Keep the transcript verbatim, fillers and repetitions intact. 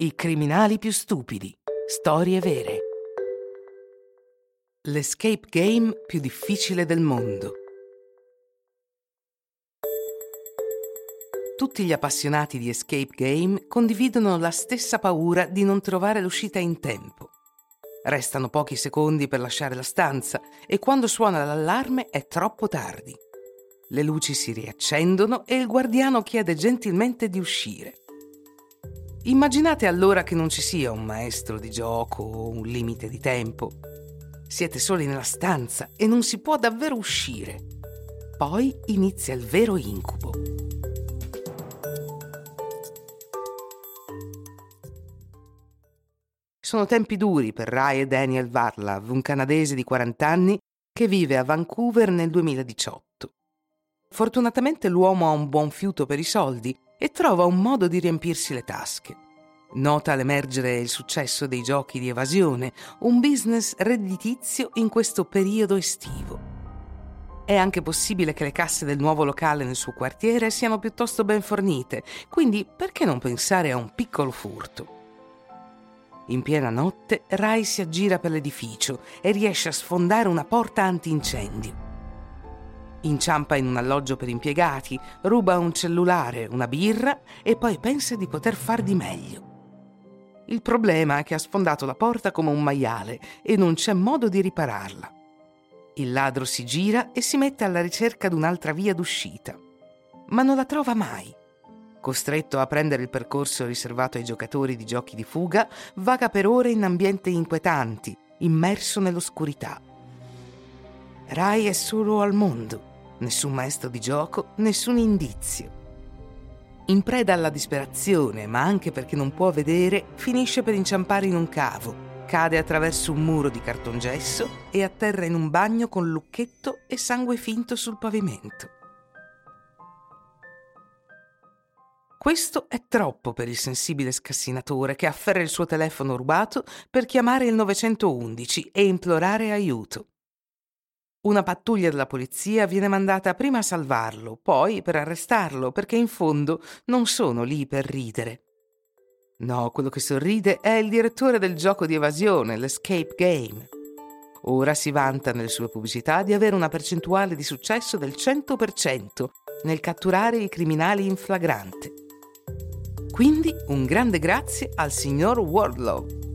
I criminali più stupidi. Storie vere. L'escape game più difficile del mondo. Tutti gli appassionati di escape game condividono la stessa paura di non trovare l'uscita in tempo. Restano pochi secondi per lasciare la stanza e quando suona l'allarme è troppo tardi. Le luci si riaccendono e il guardiano chiede gentilmente di uscire. Immaginate allora che non ci sia un maestro di gioco o un limite di tempo. Siete soli nella stanza e non si può davvero uscire. Poi inizia il vero incubo. Sono tempi duri per Ray e Daniel Varlav, un canadese di quaranta anni che vive a Vancouver nel duemiladiciotto. Fortunatamente l'uomo ha un buon fiuto per i soldi e trova un modo di riempirsi le tasche. Nota l'emergere il successo dei giochi di evasione, un business redditizio in questo periodo estivo. È anche possibile che le casse del nuovo locale nel suo quartiere siano piuttosto ben fornite, quindi perché non pensare a un piccolo furto? In piena notte, Ray si aggira per l'edificio e riesce a sfondare una porta antincendio. Inciampa in un alloggio per impiegati, ruba un cellulare, una birra e poi pensa di poter far di meglio. Il problema è che ha sfondato la porta come un maiale e non c'è modo di ripararla. Il ladro si gira e si mette alla ricerca di un'altra via d'uscita, ma non la trova mai. Costretto a prendere il percorso riservato ai giocatori di giochi di fuga, vaga per ore in ambienti inquietanti, immerso nell'oscurità. Ray è solo al mondo, nessun maestro di gioco, nessun indizio. In preda alla disperazione, ma anche perché non può vedere, finisce per inciampare in un cavo, cade attraverso un muro di cartongesso e atterra in un bagno con lucchetto e sangue finto sul pavimento. Questo è troppo per il sensibile scassinatore che afferra il suo telefono rubato per chiamare il nove uno uno e implorare aiuto. Una pattuglia della polizia viene mandata prima a salvarlo, poi per arrestarlo, perché in fondo non sono lì per ridere. No, quello che sorride è il direttore del gioco di evasione, l'Escape Game. Ora si vanta nelle sue pubblicità di avere una percentuale di successo del cento per cento nel catturare i criminali in flagrante. Quindi un grande grazie al signor Wardlow.